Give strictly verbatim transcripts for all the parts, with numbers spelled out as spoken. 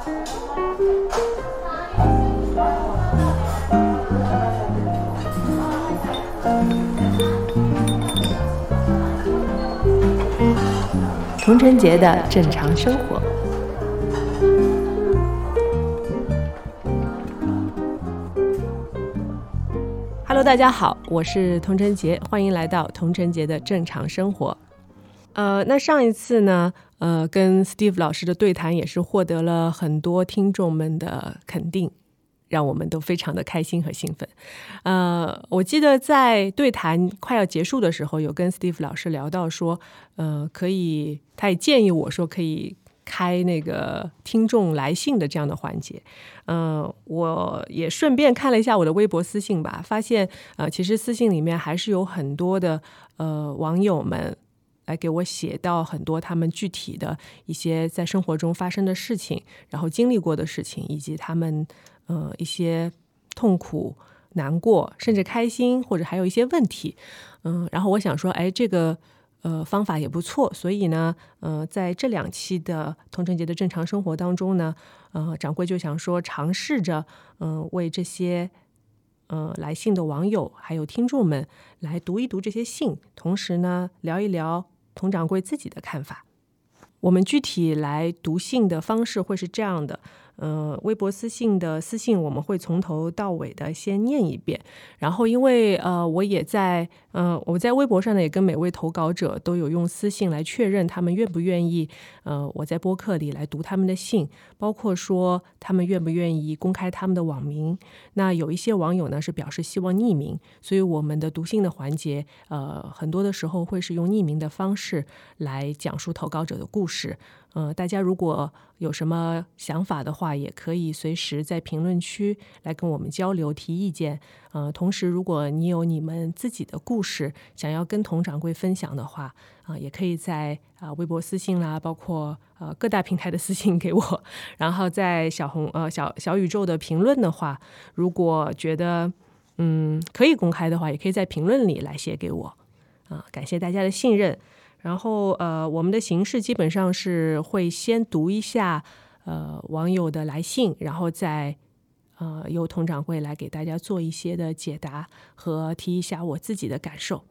童晨杰的正常生活。Hello， 大家好，我是童晨杰，欢迎来到童晨杰的正常生活。呃，那上一次呢，呃，跟 Steve 老师的对谈也是获得了很多听众们的肯定，让我们都非常的开心和兴奋。呃，我记得在对谈快要结束的时候，有跟 Steve 老师聊到说，呃，可以，他也建议我说可以开那个听众来信的这样的环节。呃，我也顺便看了一下我的微博私信吧，发现呃，其实私信里面还是有很多的呃网友们来给我写到很多他们具体的一些在生活中发生的事情，然后经历过的事情，以及他们呃一些痛苦、难过，甚至开心，或者还有一些问题。嗯、呃，然后我想说，哎，这个呃方法也不错，所以呢，呃，在这两期的童晨杰的正常生活当中呢，呃，掌柜就想说，尝试着嗯、呃、为这些呃来信的网友还有听众们来读一读这些信，同时呢聊一聊童掌柜自己的看法。我们具体来读信的方式会是这样的，呃，微博私信的私信我们会从头到尾的先念一遍，然后因为呃我也在呃我在微博上呢也跟每位投稿者都有用私信来确认他们愿不愿意呃我在播客里来读他们的信，包括说他们愿不愿意公开他们的网名。那有一些网友呢是表示希望匿名，所以我们的读信的环节呃很多的时候会是用匿名的方式来讲述投稿者的故事。呃，大家如果有什么想法的话，也可以随时在评论区来跟我们交流提意见。呃，同时如果你有你们自己的故事想要跟童掌柜分享的话，啊、呃，也可以在啊、呃、微博私信啦，包括呃各大平台的私信给我。然后在小红呃小小宇宙的评论的话，如果觉得嗯可以公开的话，也可以在评论里来写给我。啊、呃，感谢大家的信任。然后呃，我们的形式基本上是会先读一下呃网友的来信，然后再呃由童掌柜来给大家做一些的解答和提一下我自己的感受。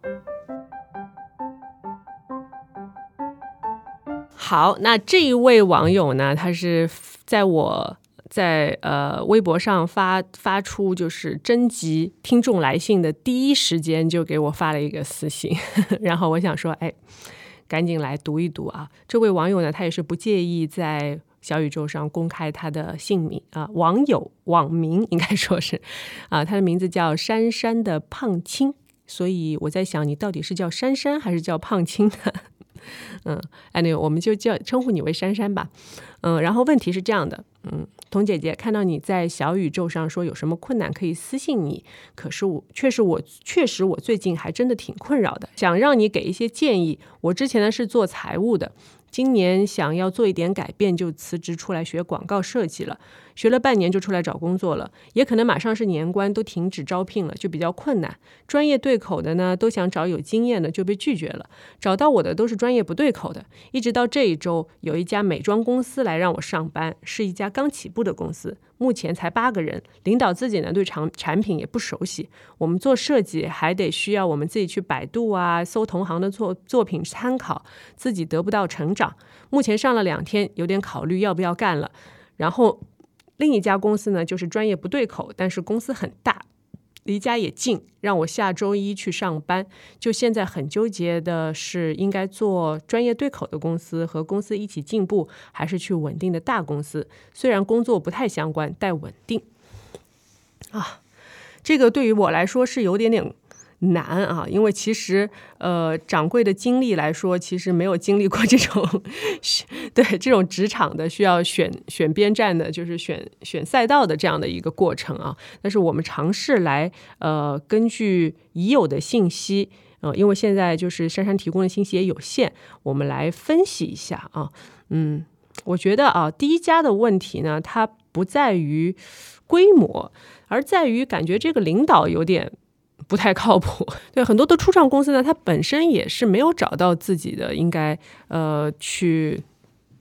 好，那这一位网友呢，他是在我在呃微博上发发出就是征集听众来信的第一时间就给我发了一个私信，然后我想说，哎。赶紧来读一读啊！这位网友呢，他也是不介意在小宇宙上公开他的姓名啊，网友网名应该说是啊，他的名字叫珊珊的胖青，所以我在想，你到底是叫珊珊还是叫胖青呢？嗯，哎，那我们就叫称呼你为珊珊吧。嗯，然后问题是这样的，嗯，童姐姐看到你在小宇宙上说有什么困难可以私信你，可是我确实我确实我最近还真的挺困扰的，想让你给一些建议。我之前呢是做财务的，今年想要做一点改变，就辞职出来学广告设计了。学了半年就出来找工作了，也可能马上是年关，都停止招聘了，就比较困难。专业对口的呢，都想找有经验的，就被拒绝了。找到我的都是专业不对口的。一直到这一周，有一家美妆公司来让我上班，是一家刚起步的公司，目前才八个人，领导自己呢对产产品也不熟悉。我们做设计还得需要我们自己去百度啊，搜同行的作作品参考，自己得不到成长。目前上了两天，有点考虑要不要干了。然后另一家公司呢，就是专业不对口，但是公司很大，离家也近，让我下周一去上班。就现在很纠结的是，应该做专业对口的公司和公司一起进步，还是去稳定的大公司？虽然工作不太相关，但稳定啊，这个对于我来说是有点点难啊，因为其实呃，掌柜的经历来说，其实没有经历过这种对这种职场的需要选选边站的，就是选选赛道的这样的一个过程啊。但是我们尝试来呃，根据已有的信息，呃，因为现在就是珊珊提供的信息也有限，我们来分析一下啊。嗯，我觉得啊，第一家的问题呢，它不在于规模，而在于感觉这个领导有点不太靠谱。对，很多的初创公司呢，它本身也是没有找到自己的应该呃去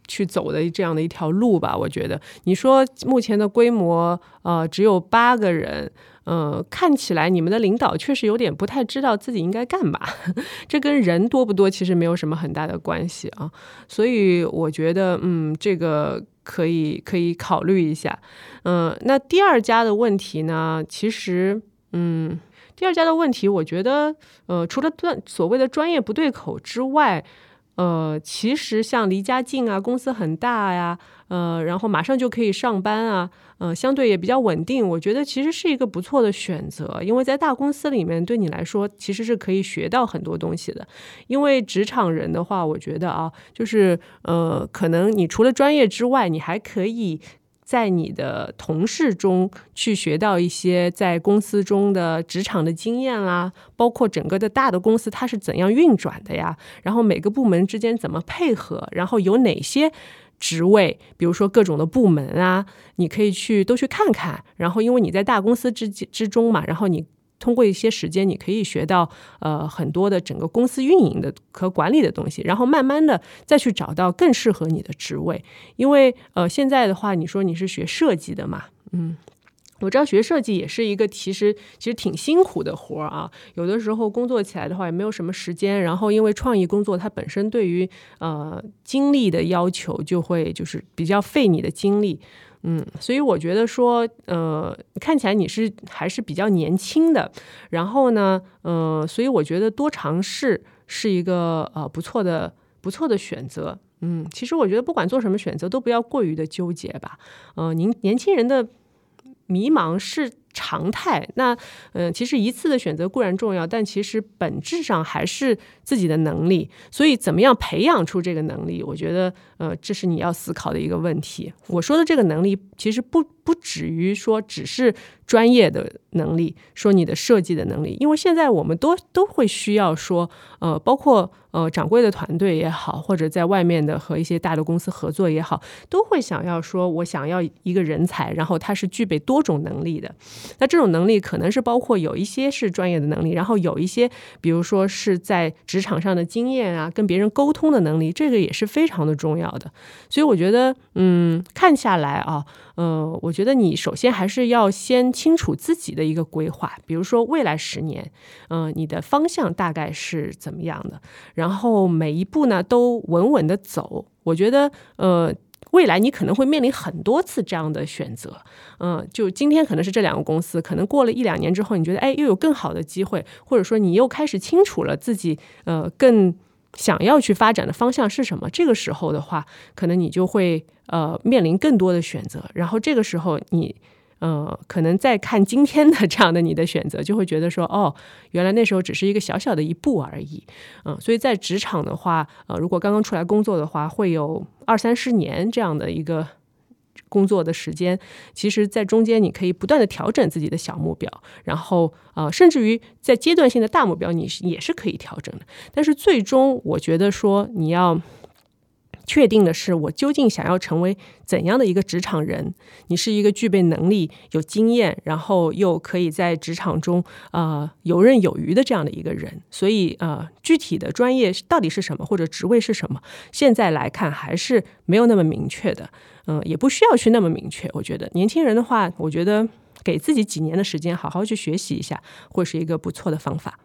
去走的这样的一条路吧。我觉得你说目前的规模呃只有八个人，呃，看起来你们的领导确实有点不太知道自己应该干嘛，这跟人多不多其实没有什么很大的关系啊。所以我觉得嗯这个可以可以考虑一下。嗯、呃，那第二家的问题呢，其实嗯第二家的问题我觉得呃除了所谓的专业不对口之外，呃，其实像离家近啊，公司很大呀，呃，然后马上就可以上班啊，呃，相对也比较稳定，我觉得其实是一个不错的选择。因为在大公司里面，对你来说其实是可以学到很多东西的。因为职场人的话，我觉得啊，就是呃，可能你除了专业之外，你还可以在你的同事中去学到一些在公司中的职场的经验啦，包括整个的大的公司它是怎样运转的呀，然后每个部门之间怎么配合，然后有哪些职位，比如说各种的部门啊，你可以去都去看看。然后因为你在大公司之之中嘛，然后你通过一些时间，你可以学到呃很多的整个公司运营的和管理的东西，然后慢慢的再去找到更适合你的职位。因为呃现在的话，你说你是学设计的嘛，嗯。我知道学设计也是一个其实其实挺辛苦的活啊，有的时候工作起来的话也没有什么时间，然后因为创意工作它本身对于呃精力的要求就会就是比较费你的精力。嗯，所以我觉得说，呃，看起来你是还是比较年轻的，然后呢，呃，所以我觉得多尝试是一个呃不错的不错的选择。嗯，其实我觉得不管做什么选择，都不要过于的纠结吧。呃，您年轻人的迷茫是常态，那嗯、呃，其实一次的选择固然重要，但其实本质上还是自己的能力。所以怎么样培养出这个能力，我觉得呃，这是你要思考的一个问题。我说的这个能力其实不不止于说只是专业的能力，说你的设计的能力，因为现在我们都都会需要说呃，包括呃掌柜的团队也好，或者在外面的和一些大的公司合作也好，都会想要说我想要一个人才，然后他是具备多种能力的。那这种能力可能是包括有一些是专业的能力，然后有一些比如说是在职场上的经验啊，跟别人沟通的能力，这个也是非常的重要的。所以我觉得嗯，看下来啊，呃，我觉得你首先还是要先清楚自己的一个规划，比如说未来十年呃，你的方向大概是怎么样的，然后每一步呢都稳稳的走。我觉得呃未来你可能会面临很多次这样的选择，嗯、呃，就今天可能是这两个公司，可能过了一两年之后，你觉得哎又有更好的机会，或者说你又开始清楚了自己呃更想要去发展的方向是什么，这个时候的话，可能你就会呃面临更多的选择，然后这个时候你呃，可能再看今天的这样的你的选择，就会觉得说，哦，原来那时候只是一个小小的一步而已。嗯、呃，所以在职场的话，呃，如果刚刚出来工作的话，会有二三十年这样的一个工作的时间，其实在中间你可以不断的调整自己的小目标，然后呃，甚至于在阶段性的大目标你也是可以调整的。但是最终我觉得说你要确定的是我究竟想要成为怎样的一个职场人，你是一个具备能力有经验，然后又可以在职场中呃游刃有余的这样的一个人。所以呃具体的专业到底是什么或者职位是什么，现在来看还是没有那么明确的，嗯、呃，也不需要去那么明确。我觉得年轻人的话，我觉得给自己几年的时间好好去学习一下，会是一个不错的方法。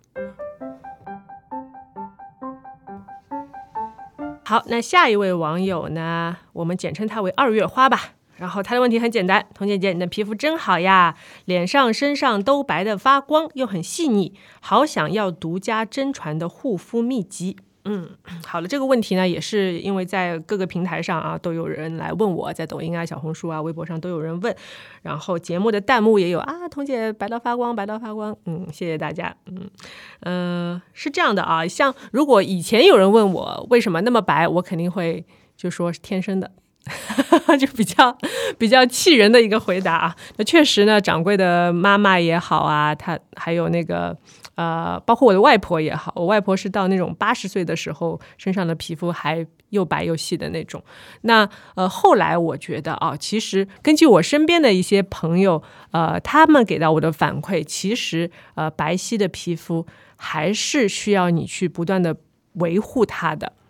好，那下一位网友呢，我们简称他为二月花吧。然后他的问题很简单，童姐姐，你的皮肤真好呀，脸上身上都白的发光，又很细腻，好想要独家真传的护肤秘籍。嗯，好了，这个问题呢，也是因为在各个平台上啊，都有人来问我，在抖音啊、小红书啊、微博上都有人问，然后节目的弹幕也有啊，童姐白到发光，白到发光，嗯，谢谢大家，嗯，呃，是这样的啊，像如果以前有人问我为什么那么白，我肯定会就说是天生的。就比较比较气人的一个回答啊。那确实呢，掌柜的妈妈也好啊，她还有那个呃，包括我的外婆也好，我外婆是到那种八十岁的时候，身上的皮肤还又白又细的那种。那呃，后来我觉得啊，其实根据我身边的一些朋友，呃，他们给到我的反馈，其实呃，白皙的皮肤还是需要你去不断的维护它的。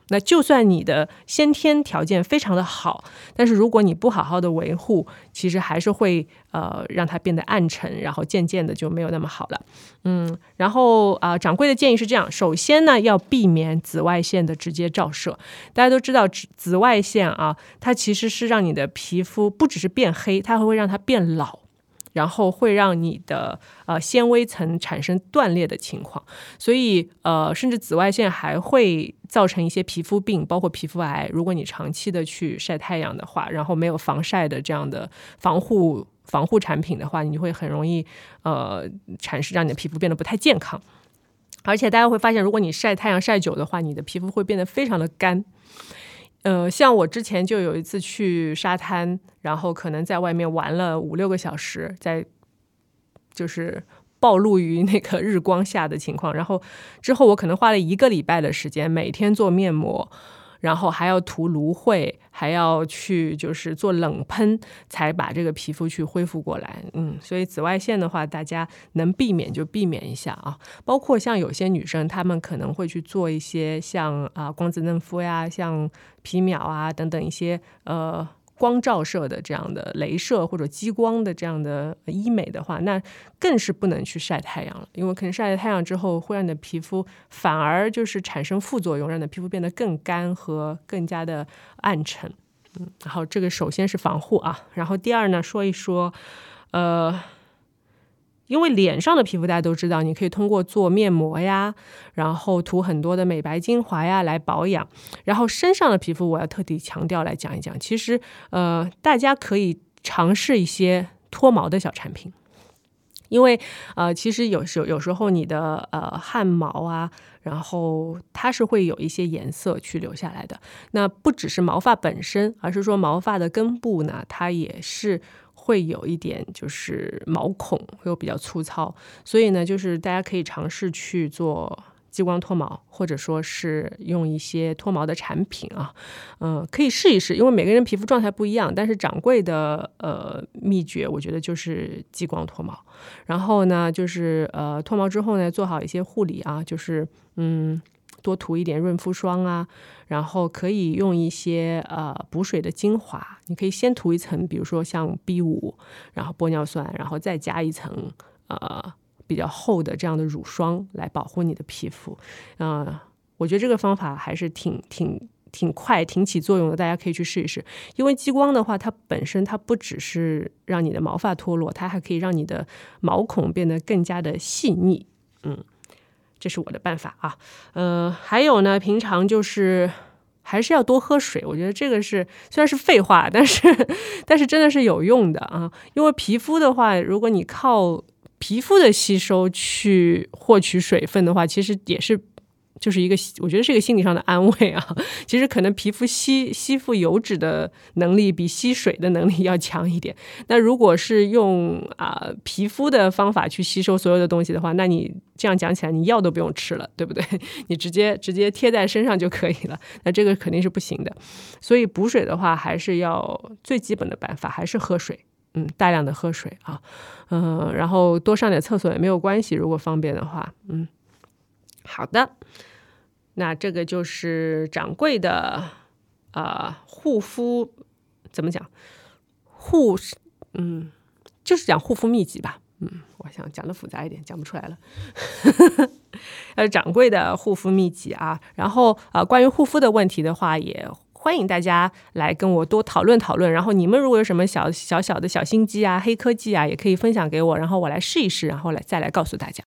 那就算你的先天条件非常的好，但是如果你不好好的维护，其实还是会呃让它变得暗沉，然后渐渐的就没有那么好了。嗯，然后啊、呃，掌柜的建议是这样：首先呢，要避免紫外线的直接照射。大家都知道紫外线啊，它其实是让你的皮肤不只是变黑，它还会让它变老。然后会让你的呃纤维层产生断裂的情况，所以呃甚至紫外线还会造成一些皮肤病，包括皮肤癌。如果你长期的去晒太阳的话，然后没有防晒的这样的防护防护产品的话，你会很容易呃产生让你的皮肤变得不太健康。而且大家会发现，如果你晒太阳晒久的话，你的皮肤会变得非常的干。呃，像我之前就有一次去沙滩，然后可能在外面玩了五六个小时，在就是暴露于那个日光下的情况，然后之后我可能花了一个礼拜的时间，每天做面膜，然后还要涂芦荟，还要去就是做冷喷，才把这个皮肤去恢复过来。嗯，所以紫外线的话，大家能避免就避免一下啊。包括像有些女生，她们可能会去做一些像啊光子嫩肤呀、像皮秒啊等等一些呃光照射的这样的雷射或者激光的这样的医美的话，那更是不能去晒太阳了，因为可能晒了太阳之后会让你的皮肤反而就是产生副作用，让你的皮肤变得更干和更加的暗沉。嗯，然后这个首先是防护啊，然后第二呢，说一说呃因为脸上的皮肤大家都知道，你可以通过做面膜呀，然后涂很多的美白精华呀来保养。然后身上的皮肤我要特地强调来讲一讲，其实呃大家可以尝试一些脱毛的小产品。因为呃，其实有时有时候你的呃汗毛啊，然后它是会有一些颜色去留下来的。那不只是毛发本身，而是说毛发的根部呢，它也是会有一点就是毛孔会比较粗糙，所以呢，就是大家可以尝试去做激光脱毛，或者说是用一些脱毛的产品啊，嗯、呃，可以试一试，因为每个人皮肤状态不一样。但是掌柜的呃秘诀，我觉得就是激光脱毛。然后呢，就是呃脱毛之后呢，做好一些护理啊，就是嗯多涂一点润肤霜啊，然后可以用一些呃补水的精华，你可以先涂一层，比如说像 B 五， 然后玻尿酸，然后再加一层呃。比较厚的这样的乳霜来保护你的皮肤，呃，我觉得这个方法还是挺挺挺快、挺起作用的，大家可以去试一试。因为激光的话，它本身它不只是让你的毛发脱落，它还可以让你的毛孔变得更加的细腻。嗯，这是我的办法啊。呃，还有呢，平常就是还是要多喝水，我觉得这个是虽然是废话，但是但是真的是有用的啊。因为皮肤的话，如果你靠皮肤的吸收去获取水分的话，其实也是就是一个我觉得是一个心理上的安慰啊。其实可能皮肤吸吸附油脂的能力比吸水的能力要强一点。那如果是用啊、呃、皮肤的方法去吸收所有的东西的话，那你这样讲起来，你药都不用吃了，对不对？你直接直接贴在身上就可以了。那这个肯定是不行的。所以补水的话，还是要最基本的办法还是喝水。嗯，大量的喝水啊，嗯、呃，然后多上点厕所也没有关系，如果方便的话，嗯，好的，那这个就是掌柜的啊、呃、护肤怎么讲？护嗯，就是讲护肤秘籍吧，嗯，我想讲的复杂一点，讲不出来了。呃，掌柜的护肤秘籍啊，然后呃，关于护肤的问题的话，也欢迎大家来跟我多讨论讨论，然后你们如果有什么小小小的小心机啊、黑科技啊，也可以分享给我，然后我来试一试，然后来再来告诉大家。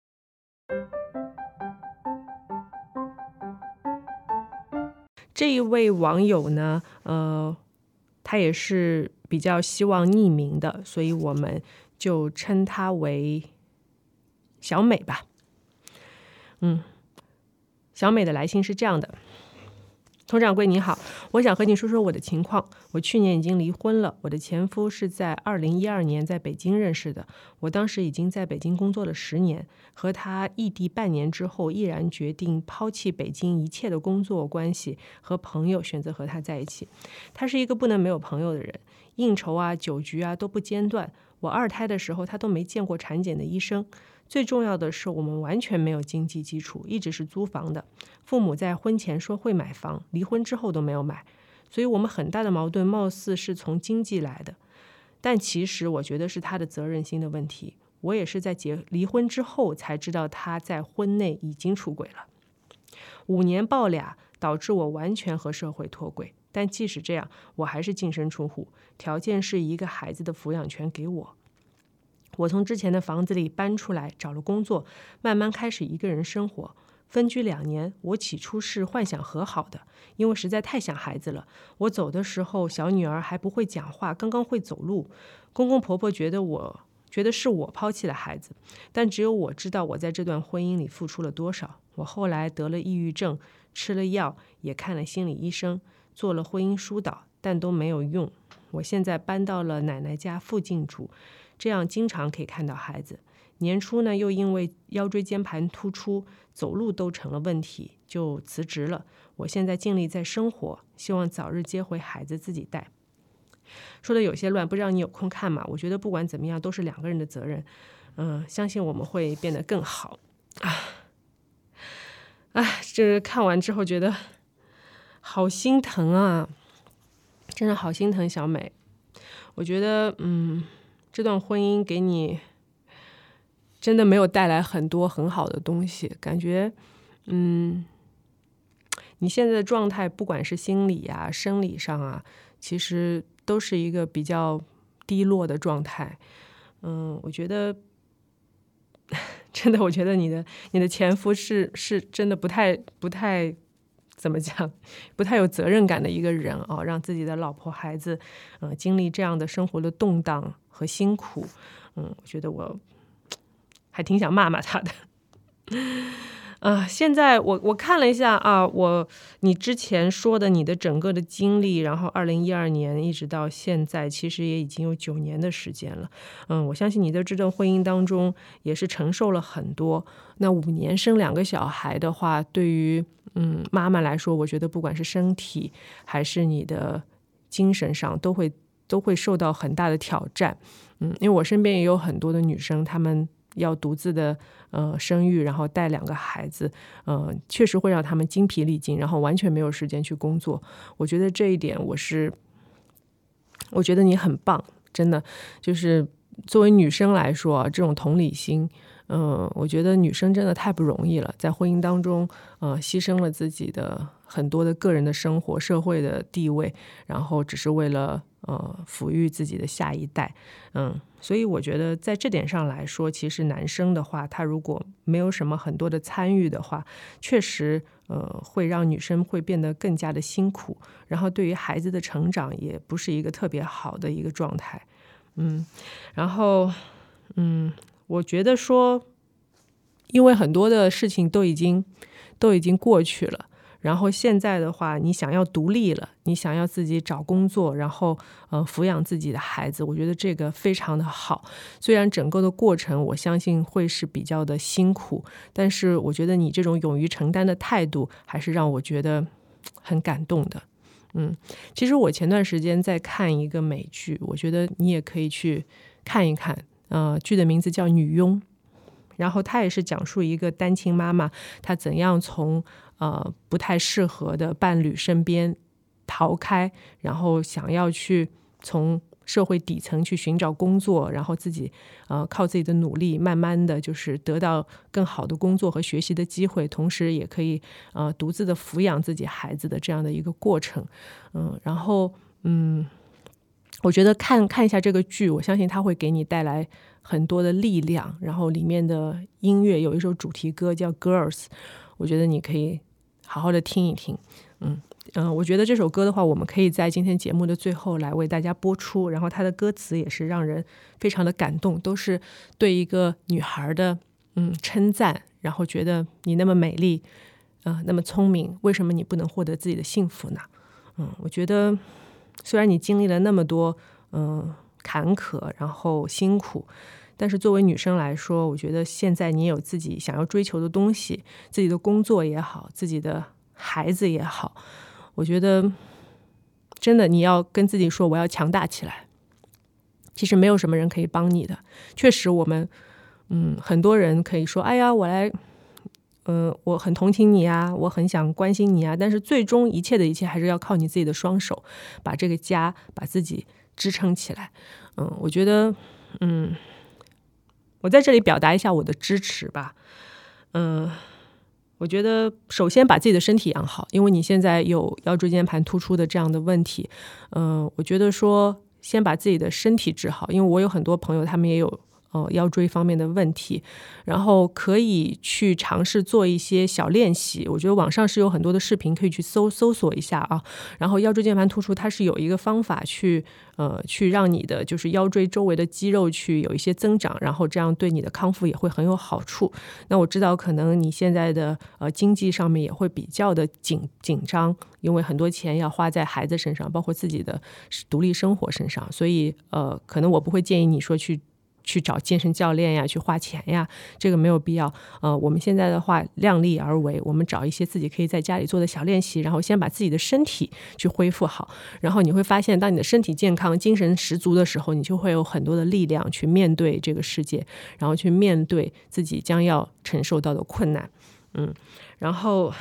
这一位网友呢，呃，他也是比较希望匿名的，所以我们就称他为小美吧。嗯，小美的来信是这样的。佟掌柜你好，我想和你说说我的情况。我去年已经离婚了，我的前夫是在二零一二年在北京认识的，我当时已经在北京工作了十年，和他异地半年之后，毅然决定抛弃北京一切的工作关系和朋友，选择和他在一起。他是一个不能没有朋友的人，应酬啊、酒局啊都不间断。我二胎的时候，他都没见过产检的医生。 最重要的是我们完全没有经济基础，一直是租房的，父母在婚前说会买房，离婚之后都没有买，所以我们很大的矛盾貌似是从经济来的，但其实我觉得是他的责任心的问题。我也是在结离婚之后才知道他在婚内已经出轨了，五年抱俩，导致我完全和社会脱轨。但即使这样，我还是净身出户，条件是一个孩子的抚养权给我。我从之前的房子里搬出来，找了工作，慢慢开始一个人生活。分居两年，我起初是幻想和好的，因为实在太想孩子了。我走的时候，小女儿还不会讲话，刚刚会走路。公公婆婆觉得我觉得是我抛弃了孩子，但只有我知道我在这段婚姻里付出了多少。我后来得了抑郁症，吃了药，也看了心理医生，做了婚姻疏导，但都没有用。我现在搬到了奶奶家附近住，这样经常可以看到孩子。年初呢，又因为腰椎间盘突出，走路都成了问题，就辞职了。我现在尽力在生活，希望早日接回孩子自己带。说的有些乱，不知道你有空看吗？我觉得不管怎么样，都是两个人的责任。嗯、呃，相信我们会变得更好。啊，哎，这看完之后觉得好心疼啊，真的好心疼小美。我觉得，嗯，这段婚姻给你真的没有带来很多很好的东西，感觉，嗯，你现在的状态，不管是心理啊、生理上啊，其实都是一个比较低落的状态。嗯，我觉得真的，我觉得你的你的前夫是是真的不太不太怎么讲，不太有责任感的一个人啊，让自己的老婆孩子，呃，经历这样的生活的动荡和辛苦。嗯，我觉得我还挺想骂骂他的。啊、呃，现在我我看了一下啊，我你之前说的你的整个的经历，然后二零一二年一直到现在，其实也已经有九年的时间了。嗯，我相信你在这段婚姻当中也是承受了很多。那五年生两个小孩的话，对于嗯妈妈来说，我觉得不管是身体还是你的精神上，都会都会受到很大的挑战。嗯，因为我身边也有很多的女生，她们要独自的呃生育，然后带两个孩子，呃，确实会让他们精疲力尽，然后完全没有时间去工作。我觉得这一点，我是我觉得你很棒，真的，就是作为女生来说，这种同理心，嗯、呃，我觉得女生真的太不容易了，在婚姻当中，呃，牺牲了自己的很多的个人的生活、社会的地位，然后只是为了呃抚育自己的下一代，嗯。所以我觉得在这点上来说，其实男生的话，他如果没有什么很多的参与的话，确实呃会让女生会变得更加的辛苦，然后对于孩子的成长也不是一个特别好的一个状态。嗯，然后嗯，我觉得说，因为很多的事情都已经都已经过去了。然后现在的话，你想要独立了，你想要自己找工作，然后呃抚养自己的孩子，我觉得这个非常的好。虽然整个的过程我相信会是比较的辛苦，但是我觉得你这种勇于承担的态度，还是让我觉得很感动的。嗯，其实我前段时间在看一个美剧，我觉得你也可以去看一看。呃，剧的名字叫《女佣》。然后她也是讲述一个单亲妈妈，她怎样从呃不太适合的伴侣身边逃开，然后想要去从社会底层去寻找工作，然后自己呃靠自己的努力，慢慢的就是得到更好的工作和学习的机会，同时也可以呃独自的抚养自己孩子的这样的一个过程。嗯，然后嗯。我觉得看看一下这个剧，我相信它会给你带来很多的力量。然后里面的音乐有一首主题歌叫 Girls， 我觉得你可以好好的听一听。嗯嗯、呃，我觉得这首歌的话，我们可以在今天节目的最后来为大家播出。然后它的歌词也是让人非常的感动，都是对一个女孩的嗯称赞，然后觉得你那么美丽，呃，那么聪明，为什么你不能获得自己的幸福呢？嗯，我觉得。虽然你经历了那么多嗯坎坷，然后辛苦，但是作为女生来说，我觉得现在你有自己想要追求的东西，自己的工作也好，自己的孩子也好，我觉得真的你要跟自己说，我要强大起来。其实没有什么人可以帮你的，确实我们嗯，很多人可以说，哎呀，我来，嗯、呃，我很同情你啊，我很想关心你啊，但是最终一切的一切还是要靠你自己的双手，把这个家，把自己支撑起来。嗯，我觉得，嗯，我在这里表达一下我的支持吧。嗯，我觉得首先把自己的身体养好，因为你现在有腰椎间盘突出的这样的问题。嗯，我觉得说先把自己的身体治好，因为我有很多朋友他们也有呃腰椎方面的问题，然后可以去尝试做一些小练习。我觉得网上是有很多的视频可以去搜搜索一下啊。然后腰椎间盘突出它是有一个方法去呃去让你的就是腰椎周围的肌肉去有一些增长，然后这样对你的康复也会很有好处。那我知道可能你现在的呃经济上面也会比较的紧紧张，因为很多钱要花在孩子身上，包括自己的独立生活身上，所以呃可能我不会建议你说去去找健身教练呀，去花钱呀，这个没有必要。呃，我们现在的话量力而为，我们找一些自己可以在家里做的小练习，然后先把自己的身体去恢复好，然后你会发现当你的身体健康精神十足的时候，你就会有很多的力量去面对这个世界，然后去面对自己将要承受到的困难。嗯，然后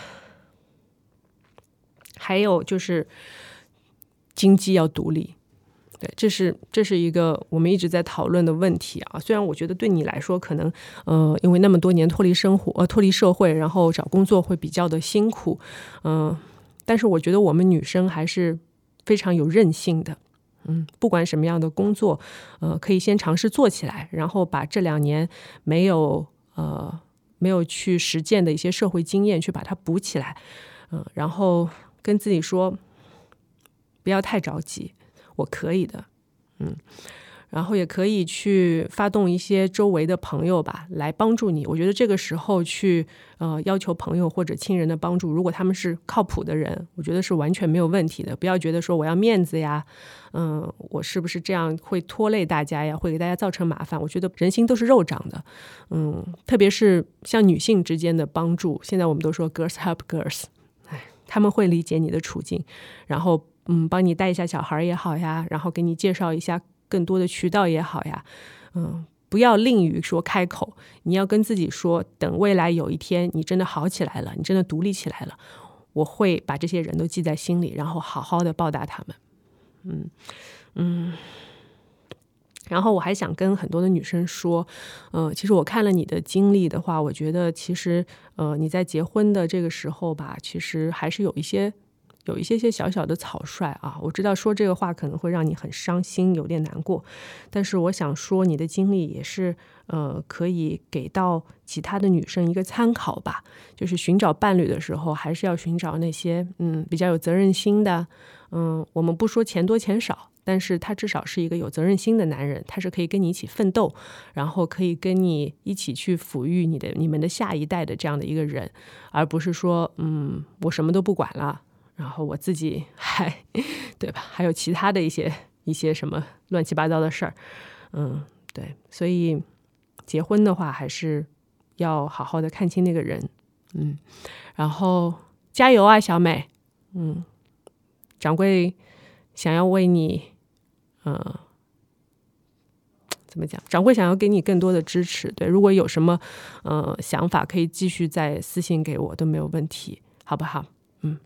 还有就是经济要独立。对，这是这是一个我们一直在讨论的问题啊。虽然我觉得对你来说，可能呃，因为那么多年脱离生活、呃脱离社会，然后找工作会比较的辛苦，嗯、呃，但是我觉得我们女生还是非常有韧性的，嗯，不管什么样的工作，呃，可以先尝试做起来，然后把这两年没有呃没有去实践的一些社会经验去把它补起来，嗯、呃，然后跟自己说，不要太着急。我可以的，嗯，然后也可以去发动一些周围的朋友吧，来帮助你。我觉得这个时候去呃要求朋友或者亲人的帮助，如果他们是靠谱的人，我觉得是完全没有问题的。不要觉得说我要面子呀，嗯、呃，我是不是这样会拖累大家呀，会给大家造成麻烦？我觉得人心都是肉长的，嗯，特别是像女性之间的帮助，现在我们都说 girls help girls， 哎，他们会理解你的处境，然后。嗯，帮你带一下小孩也好呀，然后给你介绍一下更多的渠道也好呀，嗯，不要吝于说开口，你要跟自己说，等未来有一天你真的好起来了，你真的独立起来了，我会把这些人都记在心里，然后好好的报答他们。嗯嗯。然后我还想跟很多的女生说，呃，其实我看了你的经历的话，我觉得其实呃你在结婚的这个时候吧，其实还是有一些。有一些些小小的草率啊，我知道说这个话可能会让你很伤心，有点难过，但是我想说你的经历也是呃可以给到其他的女生一个参考吧，就是寻找伴侣的时候还是要寻找那些嗯比较有责任心的，嗯，我们不说钱多钱少，但是他至少是一个有责任心的男人，他是可以跟你一起奋斗，然后可以跟你一起去抚育你的你们的下一代的这样的一个人，而不是说嗯我什么都不管了，然后我自己还对吧，还有其他的一些一些什么乱七八糟的事儿，嗯，对，所以结婚的话还是要好好的看清那个人，嗯，然后加油啊小美，嗯，掌柜想要为你呃怎么讲，掌柜想要给你更多的支持，对，如果有什么呃想法可以继续再私信给我都没有问题，好不好？嗯。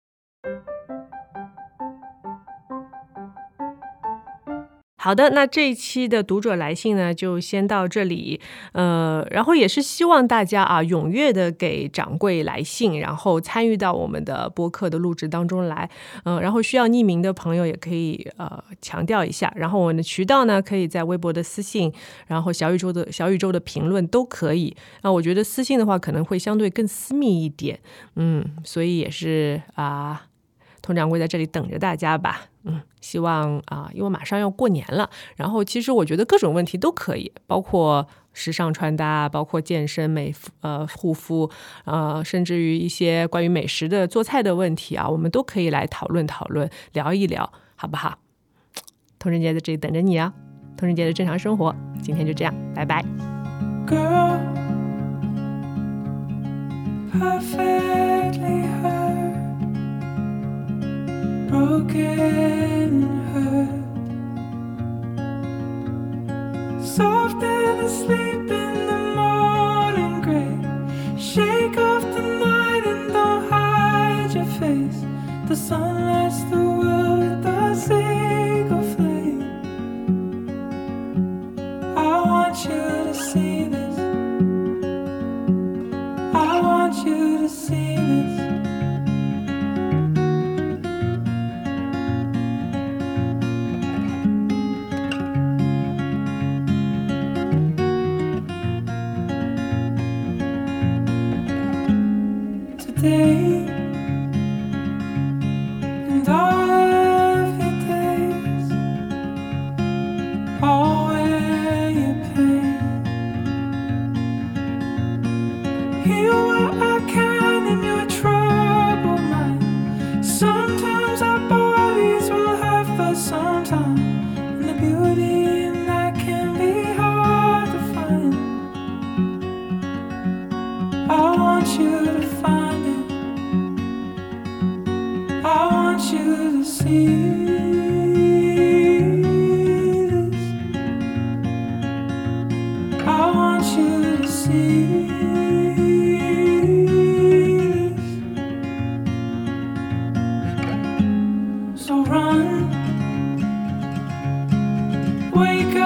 好的，那这一期的读者来信呢，就先到这里。呃，然后也是希望大家啊，踊跃的给掌柜来信，然后参与到我们的播客的录制当中来。嗯、呃，然后需要匿名的朋友也可以呃强调一下。然后我们的渠道呢，可以在微博的私信，然后小宇宙的小宇宙的评论都可以。啊、呃，我觉得私信的话可能会相对更私密一点。嗯，所以也是啊。呃佟掌柜在这里等着大家吧，嗯，希望啊、呃，因为马上要过年了，然后其实我觉得各种问题都可以，包括时尚穿搭，包括健身、美呃护肤，呃，甚至于一些关于美食的做菜的问题啊，我们都可以来讨论讨论，聊一聊，好不好？佟仁杰在这里等着你啊，佟仁杰的正常生活，今天就这样，拜拜。Girl, perfectly hurt.Broken hurt, soft and asleep in the want you to see this. I want you to see this. Today and all of your days, all where your pain. Heal what I can in your troubled mind. Sometimes our bodies will hurt for some time, and the beauty in that can be hard to find. I want you to find it. I want you to see this. I want you to see this. So run, wake up.